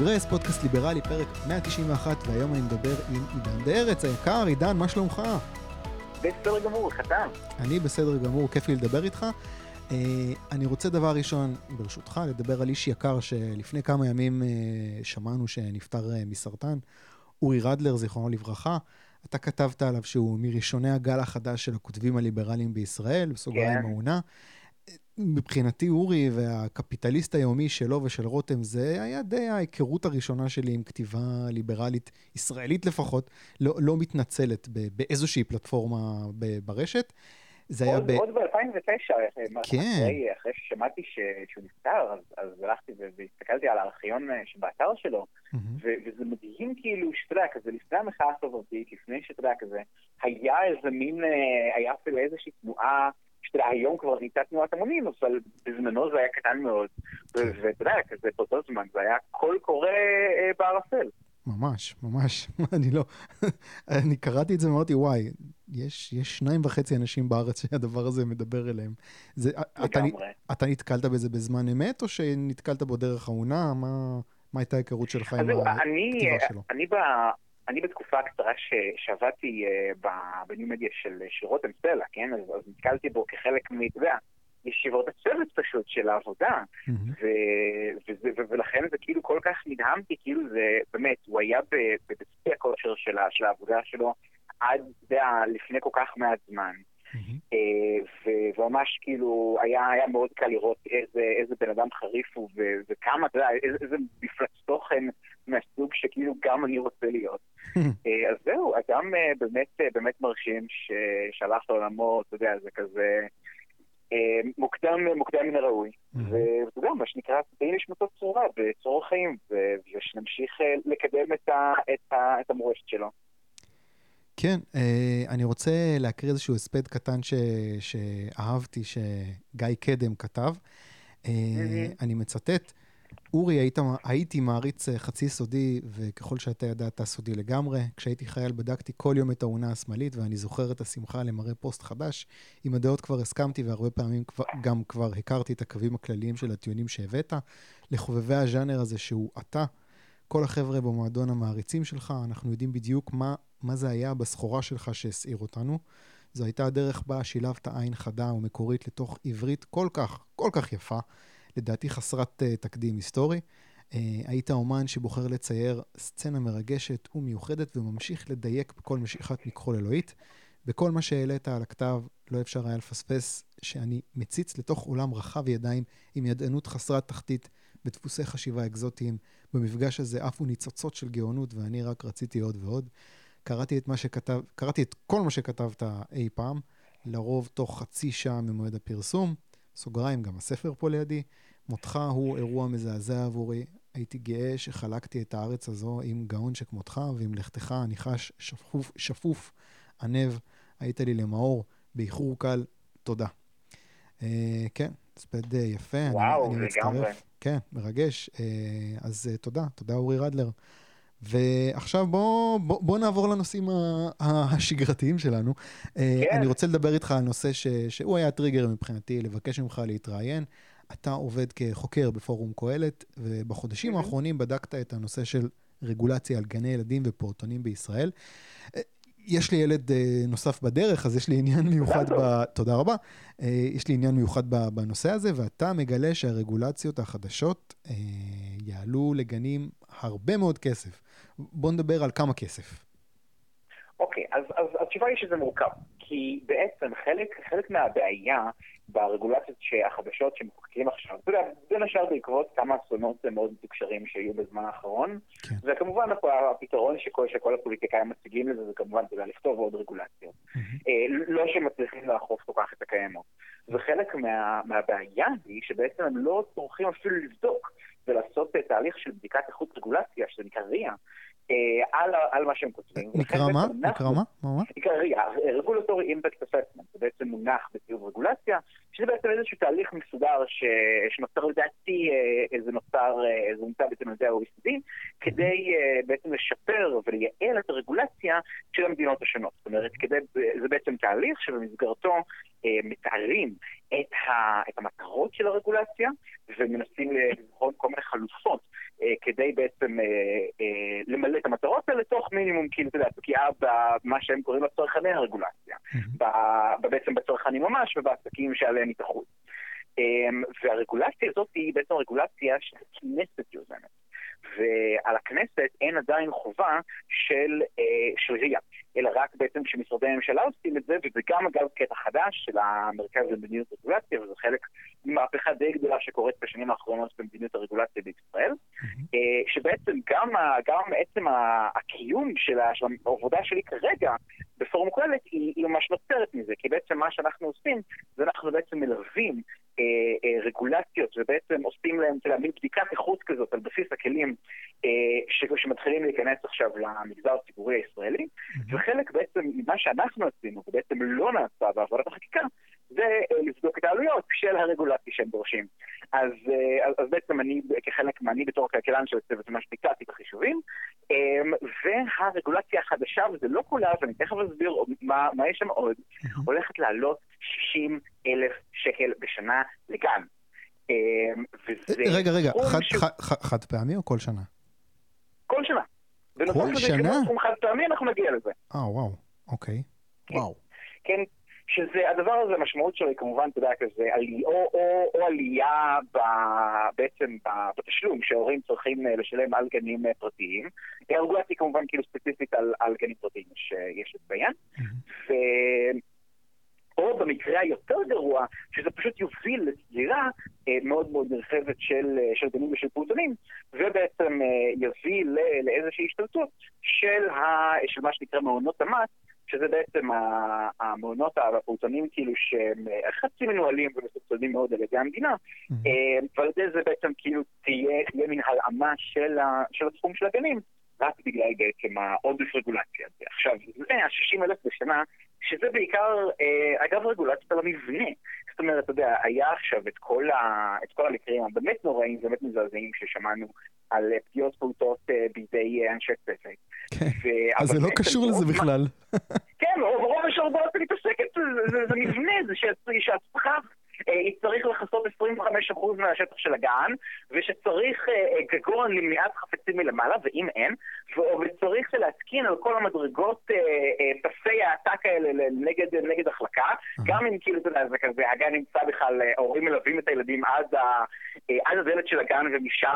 קונגרס, פודקאסט ליברלי, פרק 191, והיום אני מדבר עם עידן דארץ היקר. עידן, מה שלומך? בסדר גמור, חתם. אני בסדר גמור, כיף לי לדבר איתך. אני רוצה דבר ראשון, ברשותך, לדבר על איש יקר שלפני כמה ימים שמענו שנפטר מסרטן, אורי רדלר, זיכרונו לברכה. אתה כתבת עליו שהוא מראשוני הגל החדש של הכותבים הליברליים בישראל, בסוגריים העונה. מבחינתי אורי והקפיטליסט היומי שלו ושל רותם, זה היה די ההיכרות הראשונה שלי עם כתיבה ליברלית, ישראלית לפחות, לא מתנצלת באיזושהי פלטפורמה ברשת. עוד ב-2009, כן. אחרי ששמעתי שהוא נפטר, אז הלכתי והסתכלתי על הארכיון שבאתר שלו, וזה מדהים כאילו שאתה יודע, כזה לפני המחאה החברתית, לפני שאתה יודע כזה, היה איזה מין, היה אפילו איזושהי תנועה, שאתה יודע, היום כבר נהייתה תנועת המונים, אבל בזמנו זה היה קטן מאוד, ואתה יודע, כזה באותו זמן, זה היה קול קורא בערפל. ממש, ממש, אני קראתי את זה ואמרתי, וואי, יש 2.5 אנשים בארץ שהדבר הזה מדבר אליהם. אתה נתקלת בזה בזמן אמת, או שנתקלת בו דרך העונה? מה הייתה ההיכרות שלך עם הכתיבה שלו? אני בתקופה הקצרה שעבדתי בניו מדיה של רותם סלע, כן? אז נתקלתי בו כחלק ישיבות הצוות פשוט של העבודה, ולכן זה כאילו כל כך נדהמתי, כאילו זה באמת, הוא היה בשיא הכושר של העבודה שלו עד לפני כל כך מעט זמן. וממש כאילו היה מאוד קל לראות איזה בן אדם חריף הוא, וכמה, אתה יודע, איזה מפלץ תוכן מהסוג שכאילו גם אני רוצה להיות. אז זהו, אדם באמת מרשים שהלך לעולמו, אתה יודע, זה כזה מוקדם מן הראוי, ואתה יודע, מה שנקרא, תהיה נשמתו צורה בצורך חיים, ושנמשיך לקדם את המורשת שלו. כן, אני רוצה להקריא איזשהו הספד קטן שאהבתי, שגיא קדם כתב. אני מצטט, אורי, הייתי מעריץ חצי סודי, וככל שאתה ידעת, סודי לגמרי. כשהייתי חייל בדקתי כל יום את העונה השמאלית, ואני זוכר את השמחה למראה פוסט חדש. עם הדעות כבר הסכמתי, והרבה פעמים גם כבר הכרתי את הקווים הכלליים של הטיעונים שהבאת. לחובבי הז'אנר הזה שהוא אתה, כל החבר'ה במועדון המעריצים שלך, אנחנו יודעים בדיוק מה זה היה בסחורה שלך שהסעיר אותנו. זו הייתה הדרך בה שילבת עין חדה ומקורית לתוך עברית כל כך יפה, לדעתי חסרת תקדים היסטורי. היית אומן שבוחר לצייר סצנה מרגשת ומיוחדת, וממשיך לדייק בכל משיכת מכחול אלוהית. בכל מה שהעלית על הכתב לא אפשר היה לפספס שאני מציץ לתוך עולם רחב ידיים עם ידענות חסרת תחתית בדפוסי חשיבה אקזוטיים. במפגש הזה עפו ניצוצות של גאונות, ואני רק רציתי עוד ועוד. קראתי את כל מה שכתבת אי פעם, לרוב תוך חצי שעה ממועד הפרסום. סוגריים, גם הספר פה לידי. מותך הוא אירוע מזעזע עבורי. הייתי גאה שחלקתי את הארץ הזו עם גאון שכמותך, ועם לכתך אני חש שפוף, ענב. היית לי למאור, באיחור קל, תודה. כן, ספד יפה. וואו, אני לגמרי. כן, מרגש. אז תודה אורי רדלר. ועכשיו בוא נעבור לנושאים השגרתיים שלנו. אני רוצה לדבר איתך על נושא שהוא היה טריגר מבחינתי, לבקש ממך להתראיין. אתה עובד כחוקר בפורום קהלת, ובחודשים האחרונים בדקת את הנושא של רגולציה על גני ילדים ופעוטונים בישראל. יש לי ילד נוסף בדרך, אז יש לי עניין מיוחד תודה רבה. יש לי עניין מיוחד בנושא הזה, ואתה מגלה שהרגולציות החדשות יעלו לגנים הרבה מאוד כסף. בוא נדבר על כמה כסף. אוקיי, אז התשובה היא שזה מורכב, כי בעצם חלק מהבעיה ברגולציות החדשות שמחוקקים עכשיו, אתה יודע, זה נשאר בעקבות כמה אסונות מאוד מתוקשרים שהיו בזמן האחרון, כן. וכמובן הפתרון שכל הפוליטיקאים מציגים לזה, זה כמובן לכתוב עוד רגולציות. לא שמצליחים לאכוף כל כך את הקיימות. וחלק מהבעיה היא שבעצם הם לא צורכים אפילו לבדוק ולעשות תהליך של בדיקת איכות רגולציה, שזה נקרא RIA, על מה שהם כותבים. נקרא מה? נקרא RIA, Regulatory Impact Assessment, זה בעצם מונח בטיוב רגולציה, שזה בעצם איזשהו תהליך מסודר שנוצר לדעתי, זה נמצא בעצם על ידי ה-OECD, כדי בעצם לשפר ולייעל את הרגולציה של המדינות השונות. זאת אומרת, זה בעצם תהליך שבמסגרתו מתארים את המטרות של הרגולציה, ומנסים לבחון כל מיני חלופות כדי בעצם למלא את המטרות האלה תוך מינימום, כאילו, אתה יודע, פגיעה במה שהם קוראים לצרכני הרגולציה, בעצם בצרכנים ממש ובעסקים שעליהם התאחרות. והרגולציה הזאת היא בעצם רגולציה שהכנסת יוזמת. ועל הכנסת אין עדיין חובה של ראייה, אלא רק בעצם שמשרדי הממשלה עושים את זה, וזה גם אגב קטע חדש של המרכז למדיניות הרגולציה, וזה חלק ממהפכה די גדולה שקורית בשנים האחרונות במדיניות הרגולציה בישראל, שבעצם גם עצם הקיום של העבודה שלי כרגע בפורום קהלת היא ממש נוצרת מזה, כי בעצם מה שאנחנו עושים זה אנחנו בעצם מלווים רגולציות ובעצם עושים להם בדיקת איכות כזאת על בסיס הכלים שמתחילים להיכנס עכשיו למגזר הציבורי הישראלי, וחלק בעצם ממה שאנחנו עשינו ובעצם לא נעשה בעבודת החקיקה זה לבדוק את העלויות של הרגולציה שהם דורשים. אז בעצם אני בתור כלכלן של הצוות ממש ביקרתי את החישובים, והרגולציה החדשה, וזה לא כולה, ואני תכף אסביר מה יש שם עוד, הולכת לעלות 60,000 שקל בשנה לגן. רגע, חד פעמי או כל שנה? כל שנה. כל שנה? בנוסף חד פעמי אנחנו נגיע לזה. וואו, אוקיי. וואו. כן, שזה, הדבר הזה, המשמעות שלו היא כמובן, אתה יודע, כזה, או עלייה בעצם בתשלום שההורים צריכים לשלם על גנים פרטיים. הרגולציה כמובן כאילו ספציפית על גנים פרטיים יש לציין. או במקרה היותר גרוע, שזה פשוט יוביל לסגירה מאוד מאוד נרחבת של גנים ושל פעוטונים, ובעצם יביא לאיזושהי השתלטות של מה שנקרא מעונות המס, שזה בעצם המעונות הפעוטונים כאילו שהם חצי מנוהלים ומסובסדים מאוד על ידי המדינה, ועל ידי זה בעצם כאילו תהיה מן הלאמה של התחום של הגנים, רק בגלל בעצם העודף רגולציה. עכשיו, זה 60,000 בשנה, שזה בעיקר, אגב, רגולציה על המבנה. זאת אומרת, אתה יודע, היה עכשיו את כל המקרים הבאמת נוראים, באמת מזעזעים ששמענו על פגיעות פעוטות בידי אנשי צוות. כן, אז זה לא קשור לזה בכלל. כן, רוב השרבועות מתעסקת, זה מבנה, זה שהצפחה היא צריך לחסות 25% מהשטח של הגן, ושצריך גגון למניעת חפצים מלמעלה, ואם אין, וצריך להתקין על כל המדרגות פסי העתק האלה נגד החלקה, גם אם כאילו זה כזה, הגן נמצא בכלל, ההורים מלווים את הילדים עד הדלת של הגן,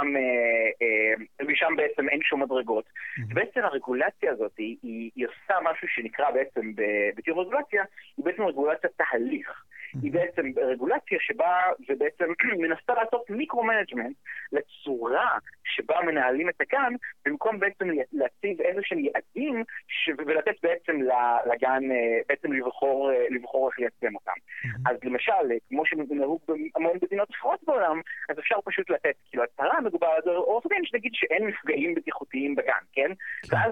ומשם בעצם אין שום מדרגות. בעצם הרגולציה הזאת היא עושה משהו שנקרא בעצם בתיאור רגולציה, היא בעצם רגולציה תהליך. היא בעצם רגולציה שבה ובעצם מנסה לעשות מיקרו-מנג'מנט לצורה שבה מנהלים את הגן, במקום בעצם להציב איזשהם יעדים ולתת בעצם לגן בעצם לבחור איך ליישם אותם. אז למשל, כמו שנהוג בהמון מדינות אחרות בעולם, אז אפשר פשוט לתת, כאילו הצהרה מדובר על עורך דין שנגיד שאין מפגעים בטיחותיים בגן, כן? ואז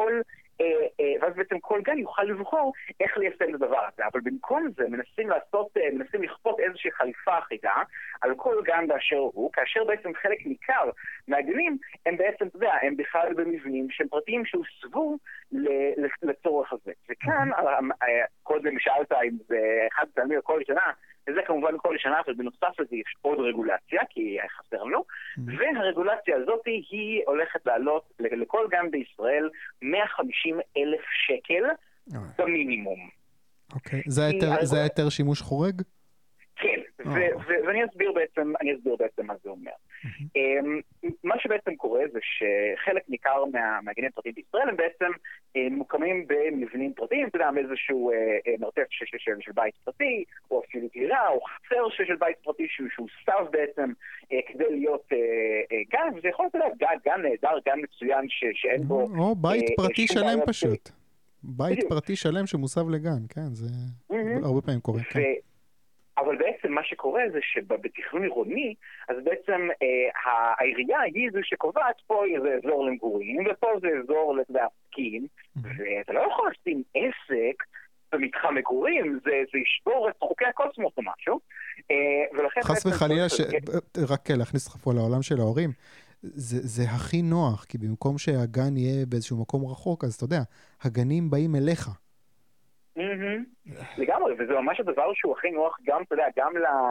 בעצם כל גן יוכל לבחור איך ליישם את הדבר הזה. אבל במקום זה מנסים לכפות איזושהי חליפה אחידה על כל גן באשר הוא, כאשר בעצם חלק ניכר מהגנים הם בעצם, אתה יודע, הם בכלל במבנים שהם פרטיים שהוסבו לצורך הזה. וכאן, קודם שאלת אם זה חד פעמי או כל שנה, וזה כמובן כל שנה, אבל בנוסף לזה יש עוד רגולציה, כי חסר לנו, והרגולציה הזאת היא הולכת לעלות לכל גן בישראל 150,000 שקל במינימום. אוקיי, זה היתר שימוש חורג? כן, ואני אסביר בעצם מה זה אומר. מה שבעצם קורה זה שחלק ניכר מהגנים פרטיים בישראל הם בעצם מוקמים במבנים פרטיים, אתה יודע, מאיזשהו מרתף של בית פרטי, או אפילו דירה, או חצר של בית פרטי שהוא סב בעצם כדי להיות גן, וזה יכול להיות גן נהדר, גן מצוין שאין בו... או בית פרטי שלם פשוט. בית פרטי שלם שמוסב לגן, כן, זה הרבה פעמים קורה, כן. אבל בעצם מה שקורה זה שבתכנון עירוני, אז בעצם העירייה היא זו שקובעת פה זה אזור למגורים, ופה זה אזור לעסקים, ואתה לא יכול לשים עסק במתחם מגורים, זה ישבור את חוקי הקוסמוס או משהו. חס וחלילה, רק להכניס לך פה לעולם של ההורים, זה הכי נוח, כי במקום שהגן יהיה באיזשהו מקום רחוק, אז אתה יודע, הגנים באים אליך. לגמרי, וזה ממש הדבר שהוא הכי נוח גם, אתה יודע, גם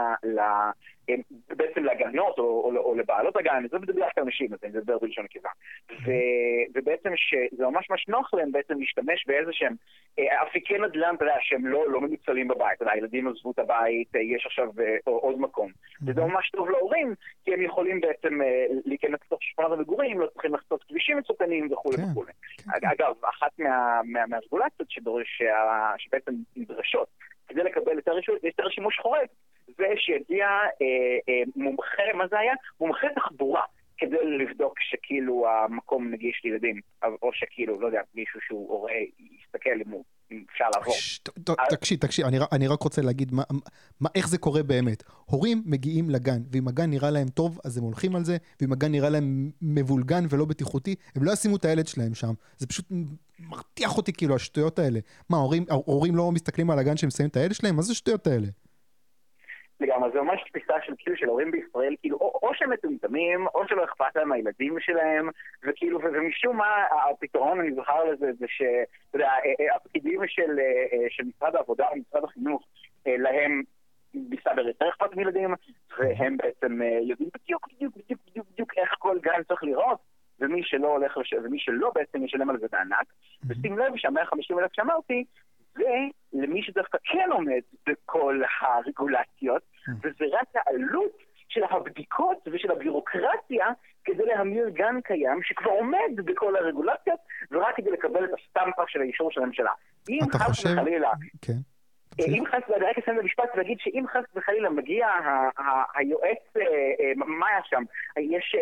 בעצם לגנות או לבעלות הגן, זה בדרך כלל נשים, זה מדבר בלשון נקבה. ובעצם שזה ממש נוח להם בעצם להשתמש באיזה שהם אפיקי נדל"ן, אתה יודע, שהם לא מנוצלים בבית, אתה יודע, הילדים עזבו את הבית, יש עכשיו עוד מקום. וזה ממש טוב להורים, כי הם יכולים בעצם להיכנס לתוך שכונת המגורים, לא צריכים לחצות כבישים מסוכנים וכו' וכו'. אגב, אחת מהרגולציות שבעצם נדרשות כדי לקבל יותר שימוש חורג, זה שיגיע מומחה, מה זה היה? מומחה תחבורה, כדי לבדוק שכאילו המקום נגיש לילדים, או שכאילו, לא יודע, מישהו שהוא הורה יסתכל אם אפשר לעבור. תקשיב, אני רק רוצה להגיד איך זה קורה באמת. הורים מגיעים לגן, ואם הגן נראה להם טוב, אז הם הולכים על זה, ואם הגן נראה להם מבולגן ולא בטיחותי, הם לא ישימו את הילד שלהם שם. זה פשוט מרתיח אותי כאילו, השטויות האלה. מה, הורים לא מסתכלים על הגן שהם שמים את הילד שלהם? מה זה השטויות האלה? לגמרי, זה ממש תפיסה של הורים בישראל, כאילו, או שהם מטומטמים, או שלא אכפת להם הילדים שלהם, וכאילו, ומשום מה, הפתרון, אני זוכר לזה, זה אתה יודע, הפקידים של משרד העבודה ומשרד החינוך, להם בסדר יותר אכפת מילדים, והם בעצם יודעים בדיוק איך כל גן צריך לראות, ומי שלא בעצם ישלם על זה בענק, ושים לב שה-150,000 שאמרתי, ולמי שדווקא כן עומד בכל הרגולציות, וזה רק העלות של הבדיקות ושל הבירוקרטיה כדי להמיר גן קיים שכבר עומד בכל הרגולציות, ורק כדי לקבל את הסטמפה של האישור של הממשלה. אתה חושב? כן. אם חס וחלילה, רק אסיים במשפט ולהגיד שאם חס וחלילה מגיע היועץ, מה היה שם? יש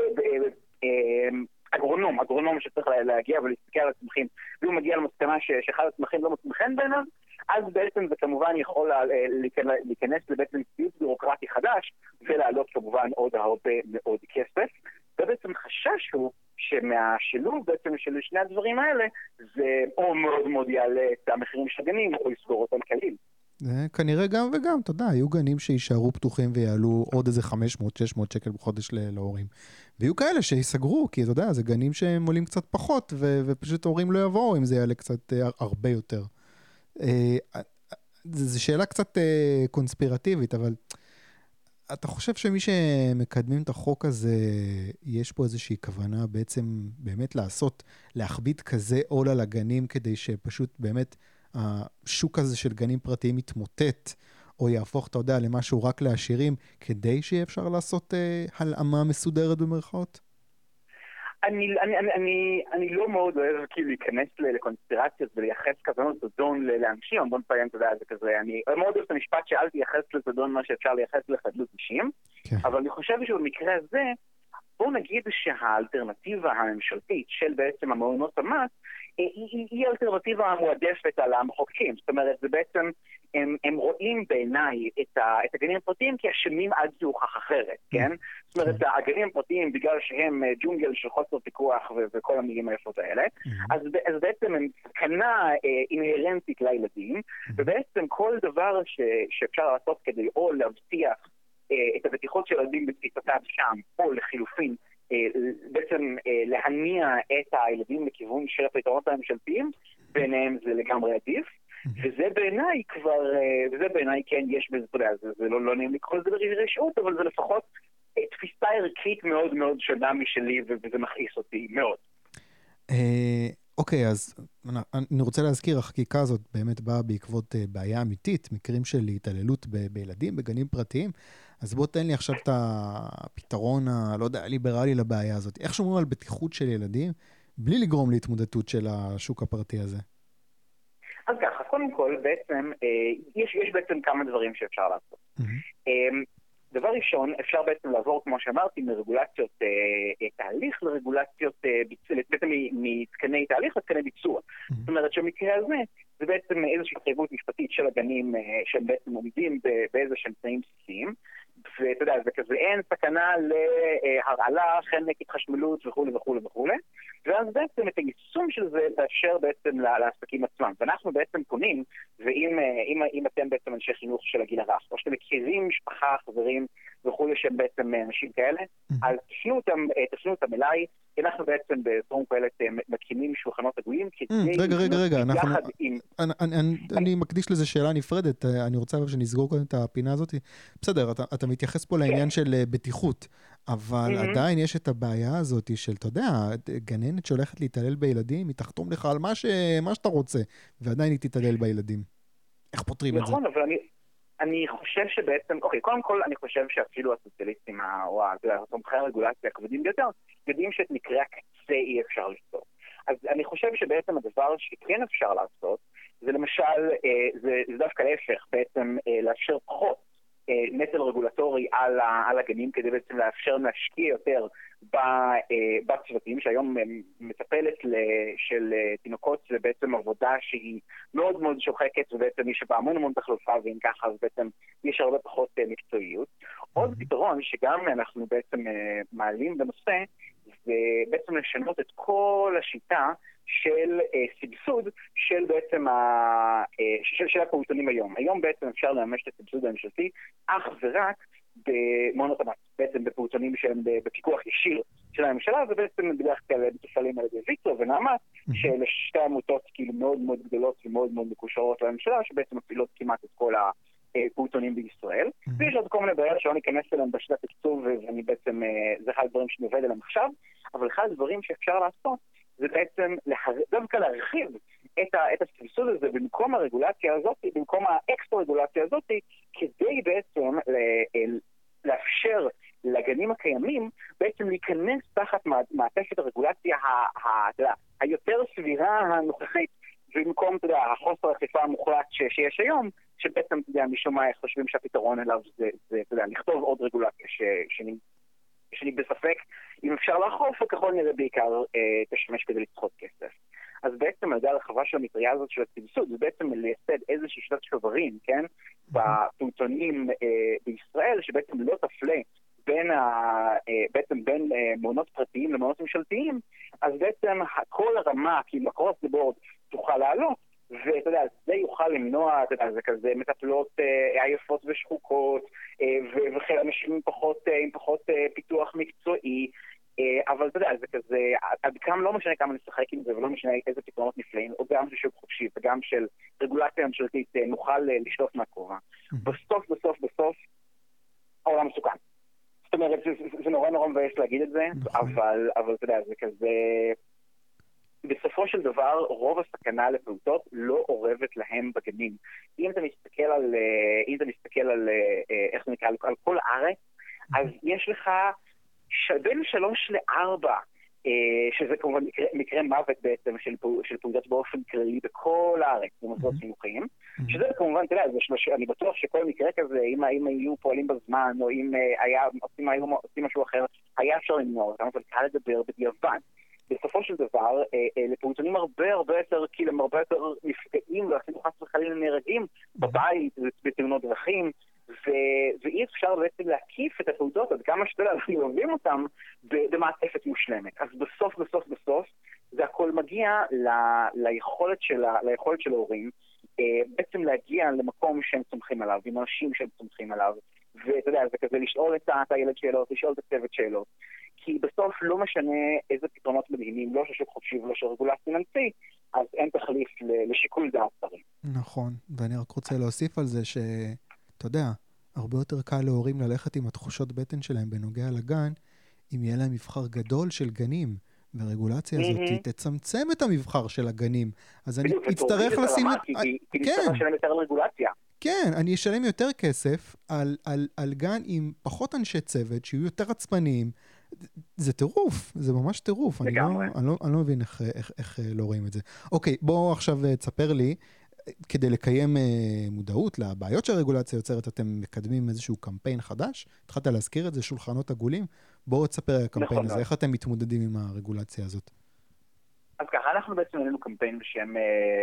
אגרונום שצריך להגיע ולהסתכל על הצמחים, והוא מגיע למסקנה שאחד הצמחים לא מצמחן בעיניו, אז בעצם זה כמובן יכול להיכנס לבעצם ציוד בירוקרטי חדש, ולעלות כמובן עוד הרבה מאוד כסף. ובעצם חשש הוא שמהשילוב בעצם של שני הדברים האלה, זה או מאוד מאוד יעלה את המחירים של הגנים, או יסגור אותם כליל. כנראה גם וגם, אתה יודע, היו גנים שישארו פתוחים ויעלו עוד איזה 500-600 שקל בחודש להורים. ויהיו כאלה שיסגרו, כי אתה יודע, זה גנים שהם עולים קצת פחות, ופשוט הורים לא יבואו אם זה יעלה קצת הרבה יותר. זו שאלה קצת קונספירטיבית, אבל אתה חושב שמי שמקדמים את החוק הזה, יש פה איזושהי כוונה בעצם באמת להכביד כזה עול על הגנים, כדי שפשוט באמת השוק הזה של גנים פרטיים יתמוטט, או יהפוך, אתה יודע, למשהו רק לעשירים, כדי שיהיה אפשר לעשות הלאמה מסודרת במרכאות? אני לא מאוד אוהב כאילו להיכנס לקונספירציות ולייחס כוונות זדון לאנשים, בוא נפעם, אתה יודע, זה כזה, אני מאוד אוהב את המשפט שאל תייחס לזדון מה שאפשר לייחס לחדלות אישים, אבל אני חושב שבמקרה הזה, בוא נגיד שהאלטרנטיבה הממשלתית של בעצם המעונות המס, היא האלטרנטיבה המועדפת על המחוקקים. זאת אומרת, זה בעצם, הם רואים בעיניי את הגנים הפרטיים כאשמים עד שהוכח אחרת, כן? זאת אומרת, הגנים הפרטיים, בגלל שהם ג'ונגל של חוסר פיקוח וכל המילים היפות האלה, אז בעצם הם סכנה אינהרנטית לילדים, ובעצם כל דבר שאפשר לעשות כדי או להבטיח את הבטיחות של ילדים בתפיסתם שם, או לחילופין, בעצם להניע את הילדים לכיוון של הפתרונות הממשלתיים, ביניהם זה לגמרי עדיף, וזה בעיניי כן יש בזה, אתה יודע, זה לא נעים לקרוא לזה ברשעות, אבל זה לפחות תפיסה ערכית מאוד מאוד שונה משלי, וזה מכעיס אותי מאוד. אוקיי, אז אני רוצה להזכיר, החקיקה הזאת באמת באה בעקבות בעיה אמיתית, מקרים של התעללות בילדים, בגנים פרטיים, אז בוא תן לי עכשיו את הפתרון, לא יודע, ליברלי לבעיה הזאת. איך שומרים על בטיחות של ילדים, בלי לגרום להתמודדות של השוק הפרטי הזה? אז ככה, קודם כל, בעצם, יש בעצם כמה דברים שאפשר לעשות. דבר ראשון, אפשר בעצם לעבור, כמו שאמרתי, מרגולציות תהליך לרגולציות, בעצם מתקני תהליך לתקני ביצוע. זאת אומרת שהמקרה הזה, זה בעצם איזושהי התחייבות משפטית של הגנים שהם בעצם עומדים באיזה שהם תנאים בסיסיים, ואתה יודע, זה כזה אין סכנה להרעלה, חנק, התחשמלות וכו' וכו' וכו', ואז בעצם את היישום של זה תאפשר בעצם לעסקים עצמם. ואנחנו בעצם פונים, ואם אתם בעצם אנשי חינוך של הגיל הרך, או שאתם מכירים משפחה, חברים, וכולי שהם בעצם אנשים כאלה, אז תפנו אותם אליי, כי אנחנו בעצם בפורום קהלת מקימים שולחנות עגולים, רגע, אני מקדיש לזה שאלה נפרדת, אני רוצה שנסגור קודם את הפינה הזאת. בסדר, אתה מתייחס פה לעניין של בטיחות, אבל עדיין יש את הבעיה הזאת של, אתה יודע, גננת שהולכת להתעלל בילדים, היא תחתום לך על מה שאתה רוצה, ועדיין היא תתעלל בילדים. איך פותרים את זה? נכון, אבל אני חושב שבעצם, אוקיי, קודם כל אני חושב שאפילו הסוציאליסטים, או תומכי הרגולציה הכבדים ביותר, יודעים שאת מקרה הקצה אי אפשר לפתור. אז אני חושב שבעצם הדבר שכן אפשר לעשות, זה למשל, זה דווקא להפך, בעצם לאפשר פחות נטל רגולטורי על הגנים, כדי בעצם לאפשר להשקיע יותר בצוותים, שהיום מטפלת של תינוקות, זה בעצם עבודה שהיא מאוד מאוד שוחקת, ובעצם יש בה המון תחלופה, ואם ככה, אז בעצם יש הרבה פחות מקצועיות. עוד פתרון שגם אנחנו בעצם מעלים בנושא, זה בעצם לשנות את כל השיטה של סבסוד של בעצם של הפעוטונים היום. היום בעצם אפשר לממש את הסבסוד הממשלתי אך ורק במעונות המס, בעצם בפעוטונים שהם בפיקוח ישיר של הממשלה, ובעצם בדרך כלל מתופעלים על ידי ויצו ונעמת, שאלה שתי עמותות כאילו מאוד מאוד גדולות ומאוד מאוד מקושרות לממשלה, שבעצם מפעילות כמעט את כל הפעוטונים בישראל. ויש עוד כל מיני בעיות שלא ניכנס אליהם בשיטת התקצוב, ואני בעצם, זה אחד הדברים שאני עובד עליהם עכשיו, אבל אחד הדברים שאפשר לעשות זה בעצם דווקא להרחיב את הסבסוד הזה במקום הרגולציה הזאת, במקום האקסטרה רגולציה הזאת, כדי בעצם לאפשר לגנים הקיימים בעצם להיכנס תחת מעטפת הרגולציה היותר סבירה הנוכחית, במקום, אתה יודע, החוסר אכיפה המוחלט שיש היום, שבעצם, אתה יודע, משום מה חושבים שהפתרון אליו זה, אתה יודע, לכתוב עוד רגולציה שאני בספק אם אפשר לאכוף, וככל נראה בעיקר תשמש כדי לצחות כסף. אז בעצם על ידי הרחבה של המטריה הזאת של הסבסוד, זה בעצם לייסד איזושהי שיטת שוברים, כן? בפעוטונים בישראל, שבעצם לא תפלה בין מעונות פרטיים למעונות ממשלתיים, אז בעצם כל הרמה, כאילו הקרוס לבורד, תוכל לעלות, ואתה יודע, זה יוכל למנוע, אתה יודע, זה כזה מטפלות עייפות ושחוקות, וכן אנשים עם פחות פיתוח מקצועי, אבל אתה יודע, זה כזה, עד כמה לא משנה כמה נשחק עם זה, ולא משנה איזה פתרונות נפלאים, או גם של שוק חופשי, וגם של רגולציה ממשלתית, נוכל לשלוט מהקרובה. בסוף, העולם מסוכן. זאת אומרת, זה נורא מבייש להגיד את זה, אבל אתה יודע, זה כזה, בסופו של דבר, רוב הסכנה לפעוטות לא אורבת להם בגנים. אם אתה מסתכל על איך זה נקרא, על כל הארץ, אז יש לך בין 3 ל-4, שזה כמובן מקרה מוות בעצם של פעוטות באופן כללי בכל הארץ, במוסדות חינוכיים, שזה כמובן, אתה יודע, אני בטוח שכל מקרה כזה, אם היו פועלים בזמן, או אם עושים משהו אחר, היה אפשר למנוע אותם, אבל קל לדבר בדיעבד. בסופו של דבר, לפעוטונים הרבה יותר, כאילו הם הרבה יותר נפגעים, ואפילו חס וחלילה נהרגים בבית, בתאונות דרכים, ואי אפשר בעצם להקיף את הפעוטות, עד כמה שאתה יודע, אנחנו אוהבים אותם במעטפת מושלמת. אז בסוף, זה הכל מגיע ליכולת של ההורים, בעצם להגיע למקום שהם צומחים עליו, עם אנשים שהם צומחים עליו, ואתה יודע, זה כזה לשאול את הילד שאלות, לשאול את הצוות שאלות, כי בסוף לא משנה איזה פתרונות מדהימים, לא של שוק חופשי ולא של רגולציה מנצי, אז אין תחליף לשיקול דעת שרים. נכון, ואני רק רוצה להוסיף על זה שאתה יודע, הרבה יותר קל להורים ללכת עם התחושות בטן שלהם בנוגע לגן, אם יהיה להם מבחר גדול של גנים, והרגולציה הזאת תצמצם את המבחר של הגנים. אז אני אצטרך לשים את... כי נצטרך לשלם יותר רגולציה. כן, אני אשלם יותר כסף על גן עם פחות אנשי צוות, שיהיו יותר עצמניים. זה טירוף, זה ממש טירוף. אני לא מבין איך לא רואים את זה. אוקיי, בוא עכשיו תספר לי, כדי לקיים מודעות לבעיות שהרגולציה יוצרת, אתם מקדמים איזשהו קמפיין חדש? התחלת להזכיר את זה, שולחנות עגולים? בואו תספר על הקמפיין הזה, איך אתם מתמודדים עם הרגולציה הזאת? אז ככה, אנחנו בעצם עלינו קמפיין בשם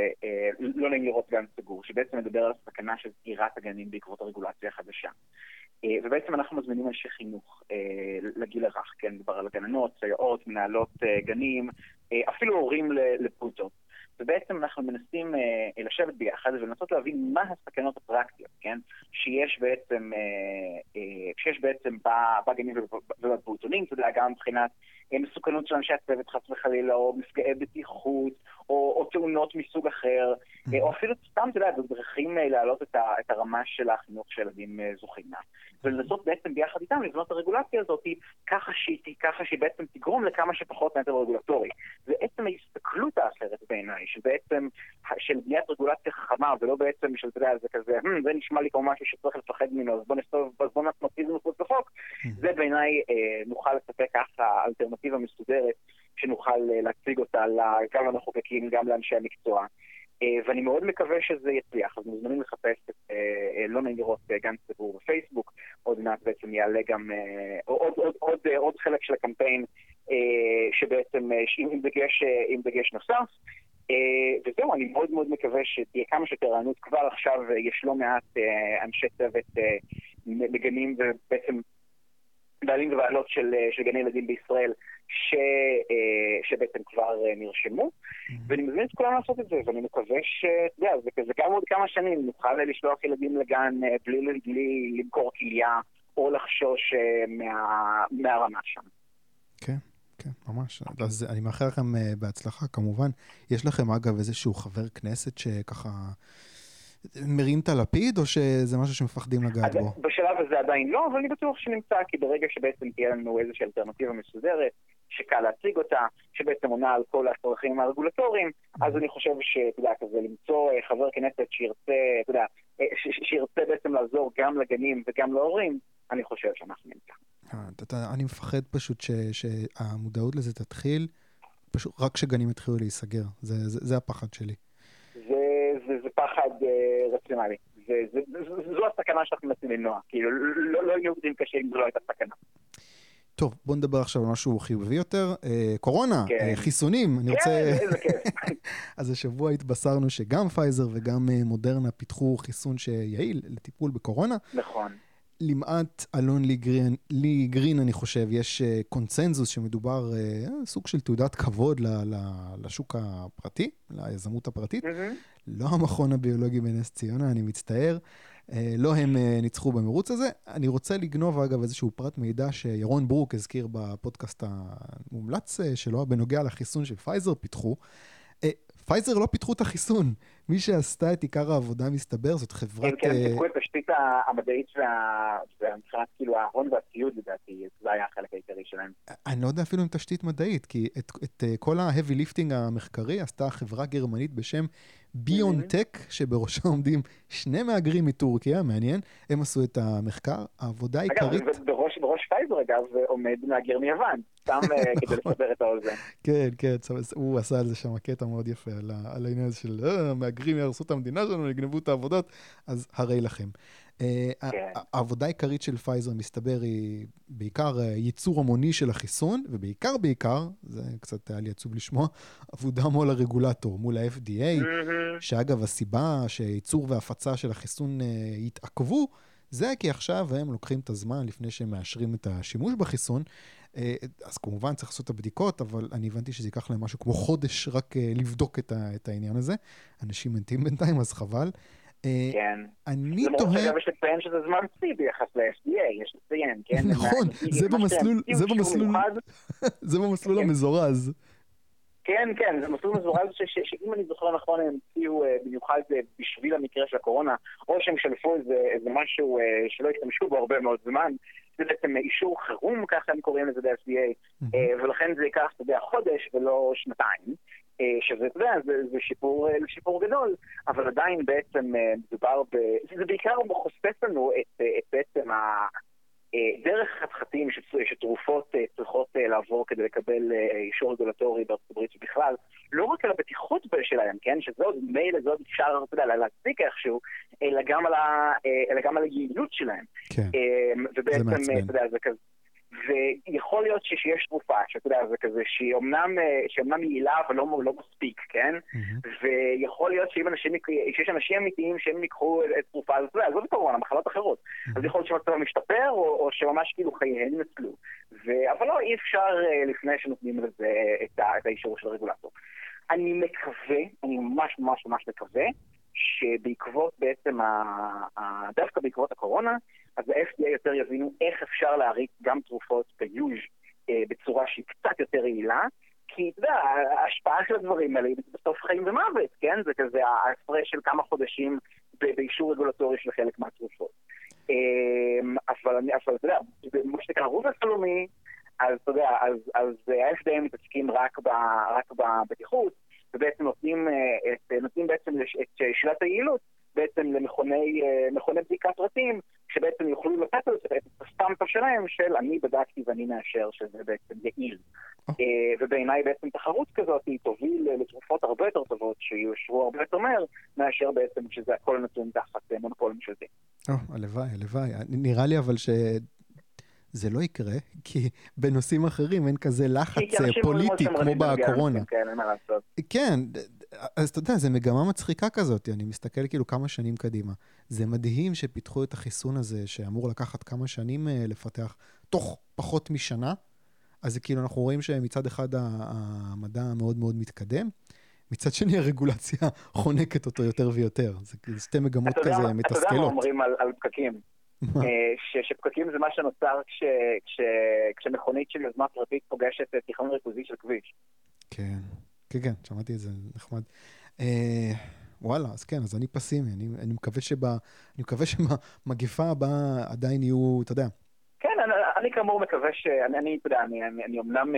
לא נעים לראות גן סגור, שבעצם מדבר על הסכנה של סגירת הגנים בעקבות הרגולציה החדשה. ובעצם אנחנו מזמינים אנשי חינוך לגיל הרך, כן, מדבר על גננות, סייעות, מנהלות גנים, אפילו הורים לפעוטות. ובעצם אנחנו מנסים לשבת ביחד ולנסות להבין מה הסכנות הפרקטיות, כן? שיש בעצם שיש בעצם בגנים ובפעוטונים, אתה יודע, גם מבחינת מסוכנות של אנשי הצוות חס וחלילה, או מפגעי בטיחות, או תאונות מסוג אחר, או אפילו סתם, אתה יודע, דרכים להעלות את הרמה של החינוך שילדים זוכים לה. ולנסות בעצם ביחד איתם לבנות את הרגולציה הזאת ככה שהיא בעצם תגרום לכמה שפחות נטל רגולטורי. ועצם ההסתכלות האחרת בעיניי, שבעצם של בניית רגולציה חכמה, ולא בעצם של, אתה יודע, זה כזה, זה נשמע לי כמו משהו שצריך לפחד ממנו, אז בוא נתמציז מחוץ לחוק, זה בעיניי נוכל לספק ככה אלטרנטיבה מסודרת, שנוכל להציג אותה גם למחוקקים, גם לאנשי המקצוע. ואני מאוד מקווה שזה יצליח, אז מוזמנים לחפש את לא נעים לראות גן סגור בפייסבוק, עוד מעט בעצם יעלה גם עוד חלק של הקמפיין, שבעצם עם דגש נוסף, וזהו, אני מאוד מאוד מקווה שתהיה כמה שיותר רעיונות. כבר עכשיו יש לא מעט אנשי צוות מגנים ובעצם בעלים ובעלות של גני ילדים בישראל שבעצם כבר נרשמו, ואני מזמין את כולם לעשות את זה, ואני מקווה שזה גם עוד כמה שנים נוכל לשלוח ילדים לגן בלי למכור כליה או לחשוש מהרמה שם. כן, כן, ממש. אז אני מאחל לכם בהצלחה, כמובן. יש לכם אגב איזשהו חבר כנסת שככה מרים את הלפיד, או שזה משהו שמפחדים לגעת בו? בשלב הזה עדיין לא, אבל אני בטוח שנמצא, כי ברגע שבעצם תהיה לנו איזושהי אלטרנטיבה מסודרת, שקל להציג אותה, שבעצם עונה על כל הצרכים הרגולטוריים, אז אני חושב שאתה יודע, כזה למצוא חבר כנסת שירצה בעצם לעזור גם לגנים וגם להורים, אני חושב שאנחנו נמצא. אני מפחד פשוט שהמודעות לזה תתחיל, פשוט רק שגנים יתחילו להיסגר. זה הפחד שלי. זה פחד רציונלי. זו הסכנה שאנחנו מנסים למנוע. כאילו, לא היינו עובדים קשה אם זו לא הייתה סכנה. טוב, בוא נדבר עכשיו על משהו חיובי יותר. קורונה, חיסונים. כן, איזה כיף. אז השבוע התבשרנו שגם פייזר וגם מודרנה פיתחו חיסון שיעיל לטיפול בקורונה. נכון. למעט אלון לי גרין, אני חושב, יש קונצנזוס שמדובר סוג של תעודת כבוד לשוק הפרטי, ליזמות הפרטית. לא המכון הביולוגי בנס ציונה, אני מצטער. לא הם ניצחו במרוץ הזה. אני רוצה לגנוב, אגב, איזשהו פרט מידע שירון ברוק הזכיר בפודקאסט המומלץ שלו, בנוגע לחיסון שפייזר פיתחו. פייזר לא פיתחו את החיסון. מי שעשתה את עיקר העבודה מסתבר, זאת חברת... כן, פיתחו את התשתית המדעית והמבחינת, כאילו, ההון והציוד, לדעתי, זה היה החלק העיקרי שלהם. אני לא יודע אפילו עם תשתית מדעית, כי את כל ההבי ליפטינג המחקרי עשתה חברה גרמנית בשם ביונטק, שבראשה עומדים שני מהגרים מטורקיה, מעניין, הם עשו את המחקר, העבודה העיקרית... אגב, בראש פייזר, אגב, עומד מהגר מיוון, סתם כדי לסבר את האוזן. כן, כן, הוא עשה על זה שם קטע מאוד יפה, על העניין הזה של מהגרים יהרסו את המדינה שלנו, יגנבו את העבודות, אז הרי לכם. העבודה העיקרית של פייזר מסתבר היא בעיקר ייצור המוני של החיסון, ובעיקר, זה קצת היה לי עצוב לשמוע, עבודה מול הרגולטור, מול ה-FDA, שאגב הסיבה שייצור והפצה של החיסון יתעכבו, זה כי עכשיו הם לוקחים את הזמן לפני שהם מאשרים את השימוש בחיסון, אז כמובן צריך לעשות את הבדיקות, אבל אני הבנתי שזה ייקח להם משהו כמו חודש רק לבדוק את העניין הזה. אנשים מתים בינתיים, אז חבל. כן. אני תוהה... זה מאוד יש לציין שזה זמן צי ביחס ל-FDA, יש לציין, כן? נכון, זה במסלול המזורז. כן, זה מסלול מזורז שאם אני זוכר נכון, הם הציעו במיוחד בשביל המקרה של הקורונה, או שהם שלפו איזה משהו שלא השתמשו בו הרבה מאוד זמן, זה בעצם אישור חירום, ככה הם קוראים לזה ב-FDA, ולכן זה ייקח, אתה יודע, חודש ולא שנתיים, שזה, אתה יודע, זה שיפור גדול, אבל עדיין בעצם מדובר זה בעיקר חושף לנו את בעצם דרך חתחתים שתרופות צריכות לעבור כדי לקבל אישור רגולטורי בארצות הברית בכלל, לא רק על הבטיחות שלהם, כן, שזה עוד מייל, זה עוד אפשר, אתה יודע, להצדיק איכשהו, אלא גם על היעילות שלהם. כן, ובעצם, אתה יודע, זה כזה, ויכול להיות שיש תרופה, שאתה יודע, זה כזה, שהיא אומנם יעילה, אבל לא מספיק, כן? ויכול להיות שיש אנשים אמיתיים שהם יקחו את תרופה, אז אתה יודע, זאת קורונה, מחלות אחרות. אז יכול להיות שמצבם משתפר, או שממש כאילו חייהם נצלו. אבל לא, אי אפשר לפני שנותנים לזה את האישור של הרגולטור. אני מקווה, אני ממש ממש ממש מקווה, שבעקבות בעצם, דווקא בעקבות הקורונה, אז ה-FDA יותר יבינו איך אפשר להריץ גם תרופות ביוז' בצורה שהיא קצת יותר יעילה, כי אתה יודע, ההשפעה של הדברים האלה היא בסוף חיים ומוות, כן? זה כזה ההפרש של כמה חודשים באישור רגולטורי של חלק מהתרופות. אבל אתה יודע, במושתק הרובס הלאומי, אז אתה יודע, אז ה-FDA מתעסקים רק בבטיחות, ובעצם נותנים בעצם את שאלת היעילות בעצם למכוני בדיקת פרטים, שבעצם יוכלו לתת את הסטמפה שלהם של אני בדקתי ואני מאשר שזה בעצם יעיל. ובעיניי בעצם תחרות כזאת היא תוביל לתרופות הרבה יותר טובות שיושרו הרבה יותר מהר, מאשר בעצם שזה הכל נתון תחת מונופול ממשלתי. הלוואי. נראה לי אבל זה לא יקרה, כי בנושאים אחרים אין כזה לחץ פוליטי כמו בקורונה. כן, אז אתה יודע, זה מגמה מצחיקה כזאת, אני מסתכל כאילו כמה שנים קדימה. זה מדהים שפיתחו את החיסון הזה, שאמור לקחת כמה שנים לפתח, תוך פחות משנה. אז כאילו אנחנו רואים שמצד אחד המדע מאוד מאוד מתקדם, מצד שני הרגולציה חונקת אותו יותר ויותר. זה שתי מגמות כזה מתסכלות. אתה יודע מה אומרים על פקקים? שפקקים זה מה שנוצר כשמכונית של יוזמה פרטית פוגשת תכנון ריכוזי של כביש. כן, שמעתי את זה, נחמד. וואלה, אז כן, אז אני פסימי, אני מקווה שבמגפה הבאה עדיין יהיו, אתה יודע. כן, אני כאמור מקווה אתה יודע, אני אמנם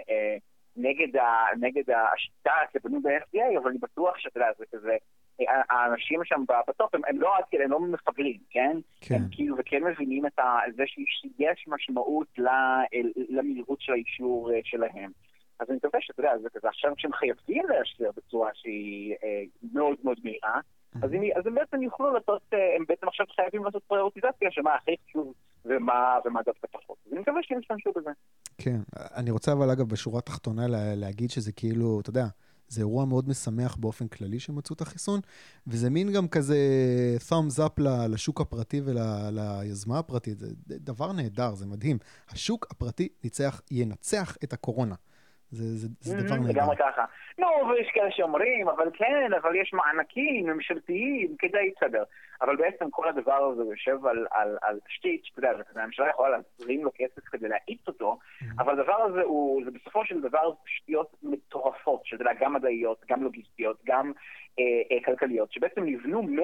נגד השיטה שבנו ב-FDA, אבל אני בטוח שאתה יודע, זה כזה, האנשים שם בטופ, הם לא עד כדי, הם לא מפגרים, כן? הם כאילו וכן מבינים את זה שיש משמעות למהירות של האישור שלהם. אז אני מקווה שאתה יודע, זה כזה, עכשיו כשהם חייבים לאשר בצורה שהיא מאוד מאוד מהירה, אז הם בעצם יוכלו לעשות, הם בעצם עכשיו חייבים לעשות פריורטיזציה שמה הכי חשוב ומה דווקא פחות. אז אני מקווה שהם ישתמשו בזה. כן, אני רוצה אבל אגב בשורה התחתונה להגיד שזה כאילו, אתה יודע, זה אירוע מאוד משמח באופן כללי שמצאו את החיסון, וזה מין גם כזה thumbs up לשוק הפרטי וליוזמה הפרטית, זה דבר נהדר, זה מדהים. השוק הפרטי ינצח את הקורונה. זה דבר נהדר. לגמרי ככה. ויש כאלה שאומרים, אבל כן, אבל יש מענקים ממשלתיים כדי לסדר. אבל בעצם כל הדבר הזה יושב על תשתית, שאתה יודע, הממשלה יכולה להזרים לו כסף כדי להאיץ אותו, אבל הדבר הזה זה בסופו של דבר תשתיות מטורפות, שזה גם מדעיות, גם לוגיסטיות, גם כלכליות, שבעצם נבנו 100%